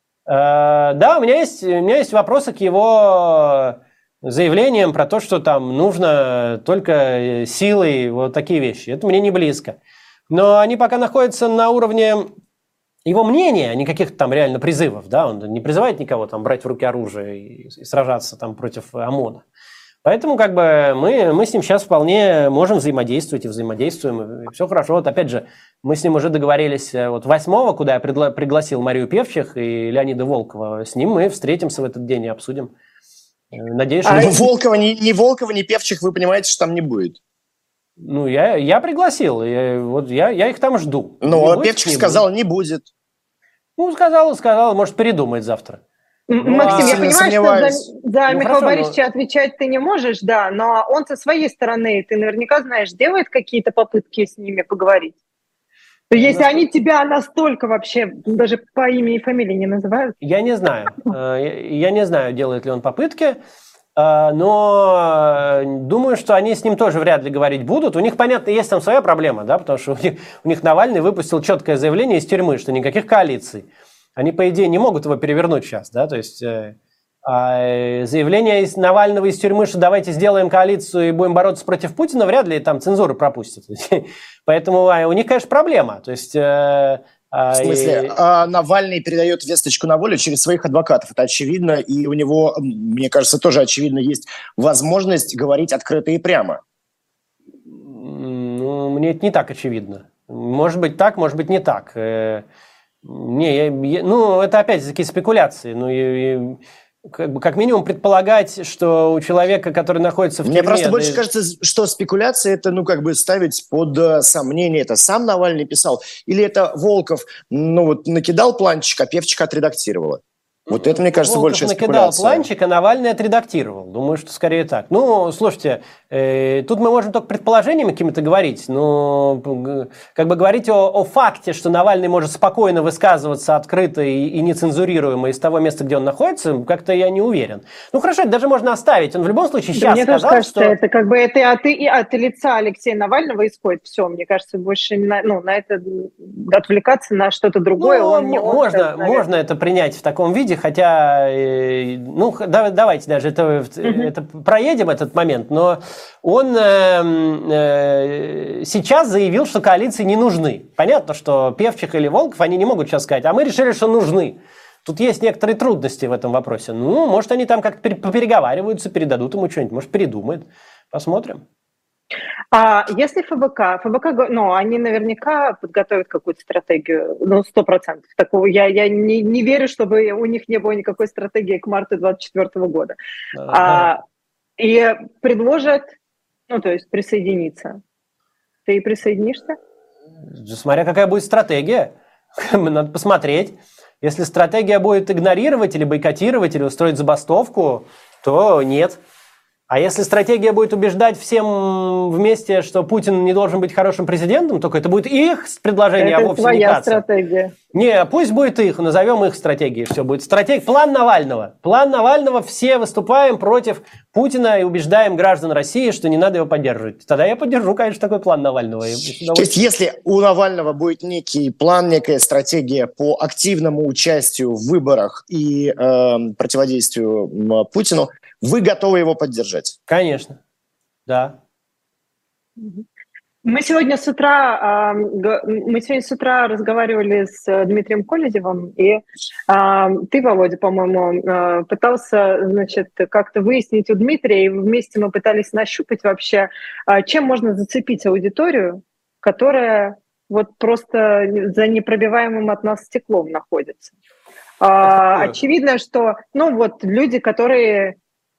Да, у меня есть вопросы к его заявлениям про то, что там нужно только силой, вот такие вещи. Это мне не близко. Но они пока находятся на уровне его мнения, а не каких-то там реально призывов. Да? Он не призывает никого там брать в руки оружие и сражаться там против ОМОНа. Поэтому как бы мы с ним сейчас вполне можем взаимодействовать и взаимодействуем. И все хорошо. Вот опять же, мы с ним уже договорились вот 8-го, куда я пригласил Марию Певчих и Леонида Волкова. С ним мы встретимся в этот день и обсудим. Надеюсь, что... ни Волкова, ни Певчих, вы понимаете, что там не будет. Ну, я пригласил. Я их там жду. Но Певчих сказал, не будет. Ну, сказал, может, передумает завтра. Максим, я понимаю, что за Михаила Борисовича отвечать ты не можешь, да, но он со своей стороны, ты наверняка знаешь, делает какие-то попытки с ними поговорить. То если они тебя настолько вообще даже по имени и фамилии не называют? Я не знаю. Я не знаю, делает ли он попытки, но думаю, что они с ним тоже вряд ли говорить будут. У них, понятно, есть там своя проблема, да, потому что у них Навальный выпустил четкое заявление из тюрьмы, что никаких коалиций. Они, по идее, не могут его перевернуть сейчас, да, то есть заявление из Навального из тюрьмы, что давайте сделаем коалицию и будем бороться против Путина, вряд ли там цензуру пропустят. Поэтому у них, конечно, проблема. То есть, в смысле, Навальный передает весточку на волю через своих адвокатов, это очевидно, и у него, мне кажется, тоже очевидно есть возможность говорить открыто и прямо. Ну, мне это не так очевидно. Может быть так, может быть не так. Ну, это опять-таки спекуляции. Ну, как минимум предполагать, что у человека, который находится в тюрьме... Мне просто больше кажется, что спекуляция это, ставить под сомнение. Это сам Навальный писал? Или это Волков, накидал планчик, а Певчик отредактировала? Вот это, мне кажется, Волков больше накидал спекуляция. планчик, а Навальный отредактировал. Думаю, что скорее так. Ну, слушайте, тут мы можем только предположениями какими-то говорить, но говорить о факте, что Навальный может спокойно высказываться открыто и нецензурируемо из того места, где он находится, как-то я не уверен. Ну, хорошо, это даже можно оставить. Он в любом случае сейчас мне сказал, кажется, что... это это от лица Алексея Навального исходит все. Мне кажется, больше на это отвлекаться на что-то другое. Можно это принять в таком виде, хотя, давайте даже это проедем этот момент, но он сейчас заявил, что коалиции не нужны. Понятно, что Певчих или Волков, они не могут сейчас сказать, а мы решили, что нужны. Тут есть некоторые трудности в этом вопросе. Ну, может, они там как-то попереговариваются, передадут ему что-нибудь, может, передумают. Посмотрим. А если ФБК, они наверняка подготовят какую-то стратегию, 100%. Такого я не верю, чтобы у них не было никакой стратегии к марту 2024 года. И предложат, присоединиться. Ты присоединишься? Смотря какая будет стратегия. Надо посмотреть. Если стратегия будет игнорировать или бойкотировать, или устроить забастовку, то нет. А если стратегия будет убеждать всем вместе, что Путин не должен быть хорошим президентом, только это будет их предложение, а вовсе не Каца. Это твоя стратегия. Не, пусть будет их, назовем их стратегией. Все будет план Навального. План Навального, все выступаем против Путина и убеждаем граждан России, что не надо его поддерживать. Тогда я поддержу, конечно, такой план Навального. То есть, если у Навального будет некий план, некая стратегия по активному участию в выборах и противодействию Путину, вы готовы его поддержать? Конечно, да. Мы сегодня с утра разговаривали с Дмитрием Колезевым, и ты, Володя, по-моему, пытался, как-то выяснить у Дмитрия, и вместе мы пытались нащупать вообще, чем можно зацепить аудиторию, которая просто за непробиваемым от нас стеклом находится. Очевидно, что, люди, которые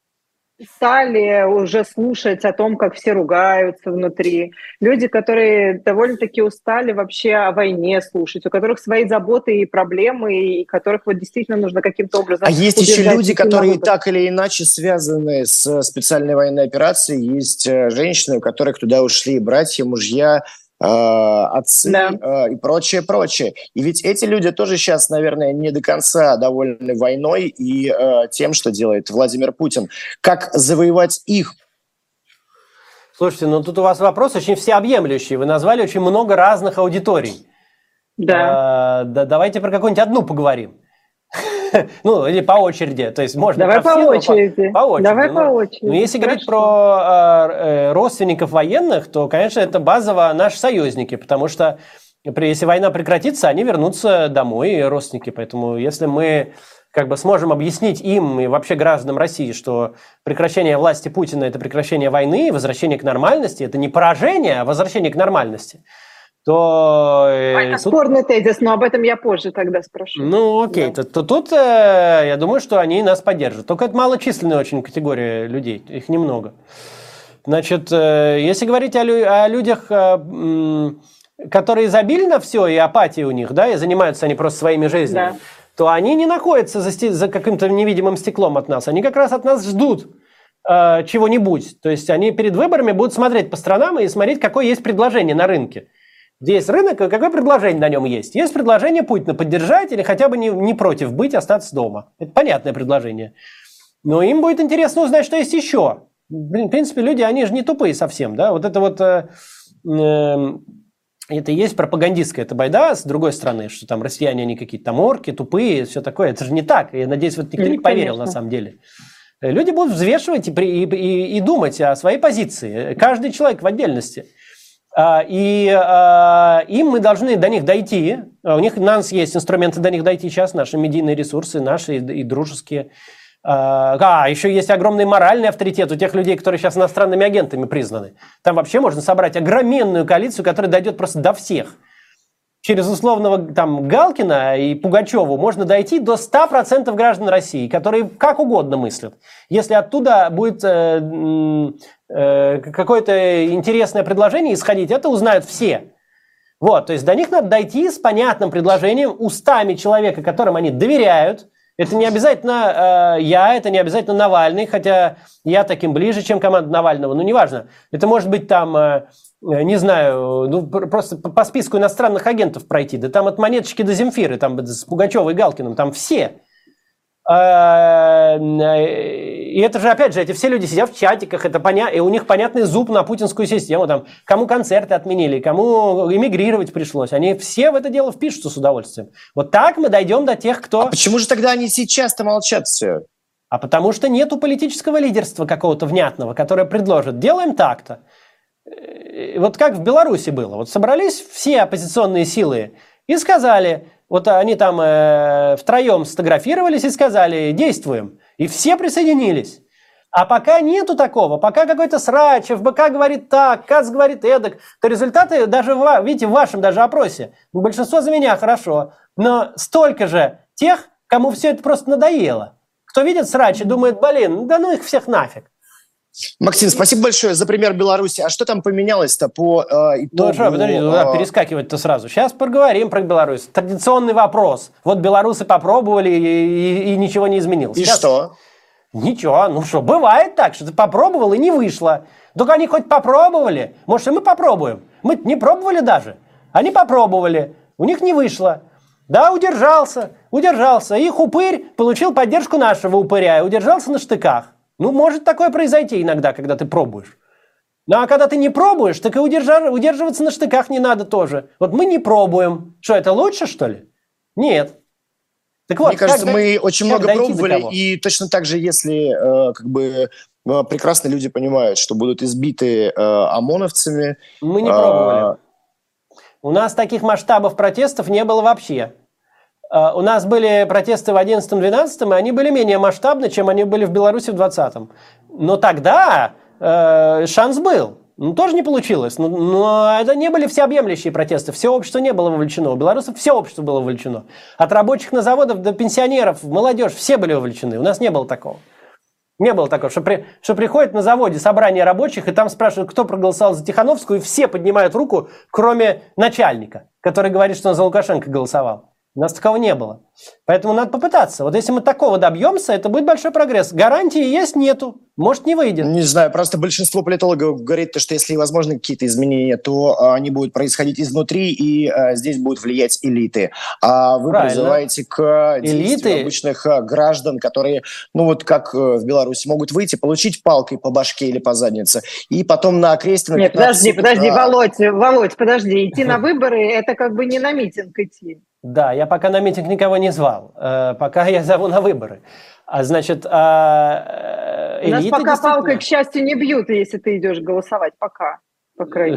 стали уже слушать о том, как все ругаются внутри. Люди, которые довольно-таки устали вообще о войне слушать, у которых свои заботы и проблемы, и которых действительно нужно каким-то образом... А есть еще люди, которые так или иначе связаны с специальной военной операцией. Есть женщины, у которых туда ушли братья, мужья, отцы, да, и прочее, прочее. И ведь эти люди тоже сейчас, наверное, не до конца довольны войной и тем, что делает Владимир Путин. Как завоевать их? Слушайте, тут у вас вопрос очень всеобъемлющий. Вы назвали очень много разных аудиторий. Да. Давайте про какую-нибудь одну поговорим. Или по очереди. То есть можно Давай по очереди. Давай по очереди. Но если говорить про родственников военных, то, конечно, это базово наши союзники, потому что если война прекратится, они вернутся домой, родственники. Поэтому если мы сможем объяснить им и вообще гражданам России, что прекращение власти Путина – это прекращение войны, возвращение к нормальности – это не поражение, а возвращение к нормальности, то... Это спорный тезис, но об этом я позже тогда спрошу. Окей. Да. То тут я думаю, что они нас поддержат. Только это малочисленная очень категория людей, их немного. Значит, если говорить о людях, которые забили на все, и апатия у них, да, и занимаются они просто своими жизнями, да, то они не находятся за каким-то невидимым стеклом от нас. Они как раз от нас ждут чего-нибудь. То есть они перед выборами будут смотреть по сторонам и смотреть, какое есть предложение на рынке. Где есть рынок, какое предложение на нем есть? Есть предложение Путина поддержать или хотя бы не против быть, остаться дома. Это понятное предложение. Но им будет интересно узнать, что есть еще. В принципе, люди, они же не тупые совсем. Да? Это и есть пропагандистская байда, с другой стороны, что там россияне, они какие-то там орки, тупые, все такое. Это же не так. Я надеюсь, никто не поверил на самом деле. Люди будут взвешивать и думать о своей позиции. Каждый человек в отдельности. И им мы должны до них дойти. У нас есть инструменты до них дойти сейчас, наши медийные ресурсы, наши и дружеские. Еще есть огромный моральный авторитет у тех людей, которые сейчас иностранными агентами признаны. Там вообще можно собрать огроменную коалицию, которая дойдет просто до всех. Через условного там Галкина и Пугачеву можно дойти до 100% граждан России, которые как угодно мыслят. Если оттуда будет какое-то интересное предложение исходить, это узнают все. Вот, то есть до них надо дойти с понятным предложением, устами человека, которым они доверяют. Это не обязательно это не обязательно Навальный, хотя я таким ближе, чем команда Навального, но неважно. Это может быть там, не знаю, просто по списку иностранных агентов пройти. Да там от Монеточки до Земфиры, там с Пугачевой и Галкиным, там все. И это же, опять же, эти все люди сидят в чатиках, это и у них понятный зуб на путинскую систему. Там, кому концерты отменили, кому эмигрировать пришлось. Они все в это дело впишутся с удовольствием. Вот так мы дойдем до тех, кто... А почему же тогда они сейчас-то молчат все? А потому что нету политического лидерства какого-то внятного, которое предложит. Делаем так-то. Вот как в Беларуси было. Вот собрались все оппозиционные силы и сказали... Вот они там втроем сфотографировались и сказали, действуем. И все присоединились. А пока нету такого, пока какой-то срач, ФБК говорит так, КАЦ говорит эдак, то результаты даже, видите, в вашем даже опросе, большинство за меня хорошо, но столько же тех, кому все это просто надоело. Кто видит срач и думает, блин, да ну их всех нафиг. Максим, спасибо большое за пример Беларуси. А что там поменялось-то по итогу? Ну что, подожди, перескакивать-то сразу. Сейчас поговорим про Беларусь. Традиционный вопрос. Вот белорусы попробовали, и ничего не изменилось. И сейчас... что? Ничего. Ну что, бывает так, что ты попробовал и не вышло. Только они хоть попробовали. Может, и мы попробуем. Мы не пробовали даже. Они попробовали. У них не вышло. Да, удержался. Их упырь получил поддержку нашего упыря и удержался на штыках. Ну, может такое произойти иногда, когда ты пробуешь. Ну, а когда ты не пробуешь, так и удерживаться на штыках не надо тоже. Вот мы не пробуем. Что, это лучше, что ли? Нет. Так вот, мне кажется, мы очень много пробовали, и точно так же, если прекрасно люди понимают, что будут избиты ОМОНовцами... Мы не пробовали. У нас таких масштабов протестов не было вообще. У нас были протесты в 11-12, и они были менее масштабны, чем они были в Беларуси в 20-м. Но тогда шанс был. Ну, тоже не получилось. Но это не были всеобъемлющие протесты. Все общество не было вовлечено. У белорусов все общество было вовлечено. От рабочих на заводах до пенсионеров, молодежь, все были вовлечены. У нас не было такого. Не было такого, что приходит на заводе собрание рабочих, и там спрашивают, кто проголосовал за Тихановскую, и все поднимают руку, кроме начальника, который говорит, что он за Лукашенко голосовал. У нас такого не было. Поэтому надо попытаться. Вот если мы такого добьемся, это будет большой прогресс. Гарантии есть, нету. Может, не выйдет. Не знаю, просто большинство политологов говорит, что если возможны какие-то изменения, то они будут происходить изнутри, и здесь будут влиять элиты. А вы призываете к действию обычных граждан, которые, ну вот как в Беларуси, могут выйти, получить палкой по башке или по заднице, и потом на окрестина... Нет, подожди, Володь, подожди. Идти на выборы – это как бы не на митинг идти. Да, я пока на митинг никого не звал. Пока я зову на выборы. А значит, элиты... Нас пока палкой, к счастью, не бьют, если ты идешь голосовать. Пока, по крайней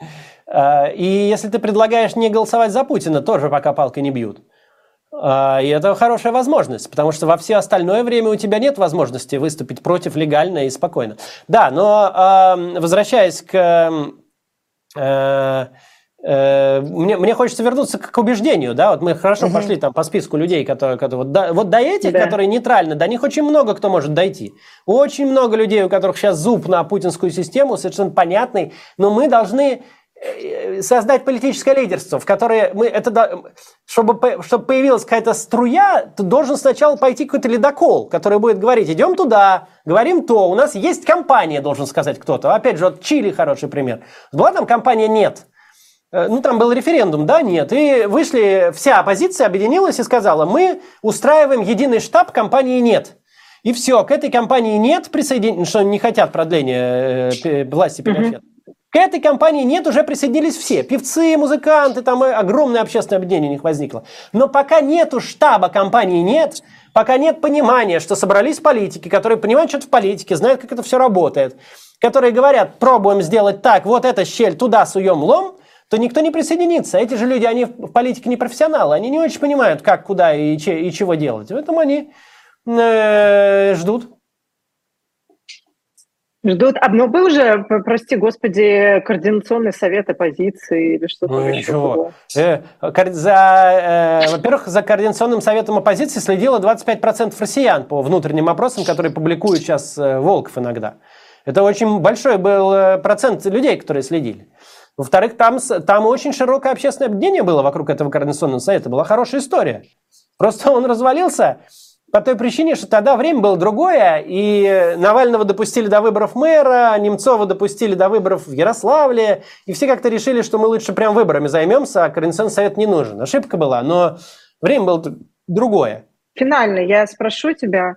мере. И если ты предлагаешь не голосовать за Путина, тоже пока палкой не бьют. И это хорошая возможность, потому что во все остальное время у тебя нет возможности выступить против легально и спокойно. Да, но возвращаясь к... Мне хочется вернуться к убеждению, да, вот мы хорошо пошли там по списку людей, которые вот до этих, которые нейтральны, до них очень много кто может дойти. Очень много людей, у которых сейчас зуб на путинскую систему, совершенно понятный, но мы должны создать политическое лидерство, в которое чтобы появилась какая-то струя, то должен сначала пойти какой-то ледокол, который будет говорить, идем туда, говорим то, у нас есть компания, должен сказать кто-то. Опять же, вот Чили хороший пример. Была там компания «Нет». Ну, там был референдум, да, нет. И вышли, вся оппозиция объединилась и сказала, мы устраиваем единый штаб компании «Нет». И все, к этой компании «Нет» что не хотят продления власти переворот. К этой компании «Нет» уже присоединились все. Певцы, музыканты, там огромное общественное объединение у них возникло. Но пока нету штаба компании «Нет», пока нет понимания, что собрались политики, которые понимают что-то в политике, знают, как это все работает, которые говорят, пробуем сделать так, вот эта щель, туда суем лом, то никто не присоединится. Эти же люди, они в политике не профессионалы, они не очень понимают, как, куда и чего делать. Поэтому они Ждут. Ждут. Но был же, прости господи, координационный совет оппозиции или что-то еще было. Во-первых, за координационным советом оппозиции следило 25% россиян по внутренним опросам, которые публикуют сейчас Волков иногда. Это очень большой был процент людей, которые следили. Во-вторых, там очень широкое общественное объединение было вокруг этого координационного совета. Была хорошая история. Просто он развалился по той причине, что тогда время было другое, и Навального допустили до выборов мэра, Немцова допустили до выборов в Ярославле, и все как-то решили, что мы лучше прям выборами займемся, а Координационный совет не нужен. Ошибка была, но время было другое. Финально я спрошу тебя,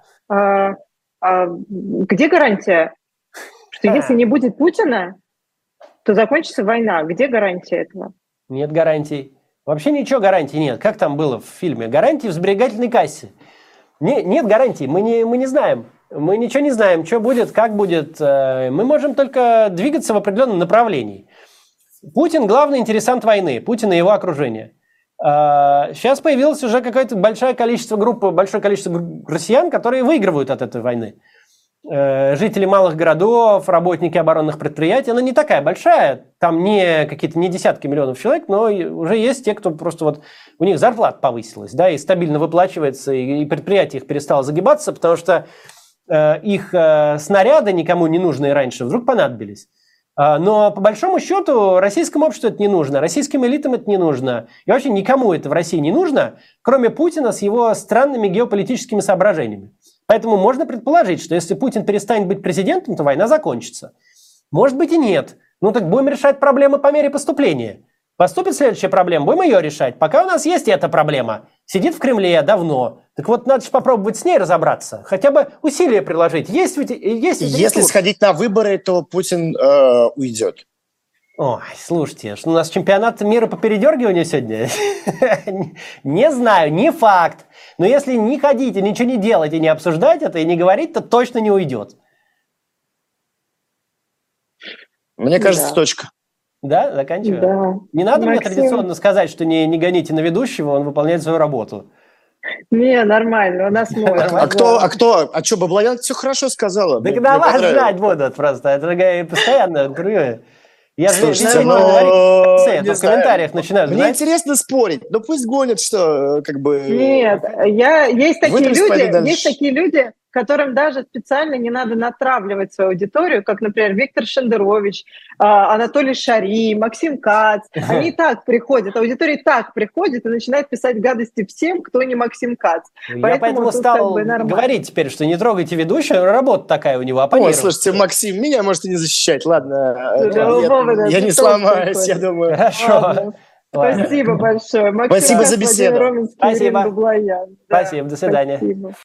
где гарантия, что если не будет Путина, то закончится война? Где гарантия этого? Нет гарантий. Вообще ничего гарантий нет. Как там было в фильме? Гарантии в сберегательной кассе. Нет гарантий, мы не знаем. Мы ничего не знаем, что будет, как будет. Мы можем только двигаться в определенном направлении. Путин – главный интересант войны, Путин и его окружение. Сейчас появилось уже какое-то большое количество россиян, которые выигрывают от этой войны. Жители малых городов, работники оборонных предприятий, она не такая большая, там не десятки миллионов человек, но уже есть те, кто просто вот у них зарплата повысилась, да, и стабильно выплачивается, и предприятие их перестало загибаться, потому что их снаряды, никому не нужные раньше, вдруг понадобились. Но по большому счету российскому обществу это не нужно, российским элитам это не нужно, и вообще никому это в России не нужно, кроме Путина с его странными геополитическими соображениями. Поэтому можно предположить, что если Путин перестанет быть президентом, то война закончится. Может быть и нет. Ну так будем решать проблемы по мере поступления. Поступит следующая проблема, будем ее решать. Пока у нас есть эта проблема. Сидит в Кремле давно. Так вот, надо же попробовать с ней разобраться. Хотя бы усилия приложить. Если сходить на выборы, то Путин уйдет. Ой, слушайте, что у нас чемпионат мира по передергиванию сегодня? Не знаю, не факт. Но если не ходить и ничего не делать, и не обсуждать это, и не говорить, то точно не уйдет. Мне кажется, точка. Да? Заканчиваю? Да. Не надо мне традиционно сказать, что не гоните на ведущего, он выполняет свою работу. Не, нормально, у нас можно. А что, Баблоян все хорошо сказала? Так на вас ждать будут просто. Это постоянно интервью. Я же в комментариях начинаю. Мне интересно спорить, но пусть гонят, что как бы... Нет, есть такие люди, которым даже специально не надо натравливать свою аудиторию, как, например, Виктор Шендерович, Анатолий Шари, Максим Кац. Они и так приходят, аудитория и так приходит и начинает писать гадости всем, кто не Максим Кац. Я поэтому стал говорить теперь, что не трогайте ведущего, работа такая у него, оппонировать. Ой, слушайте, Максим, меня можете не защищать, ладно, я не сломаюсь, я думаю. Хорошо. Спасибо большое. Спасибо за беседу. Спасибо. Спасибо, до свидания. Спасибо.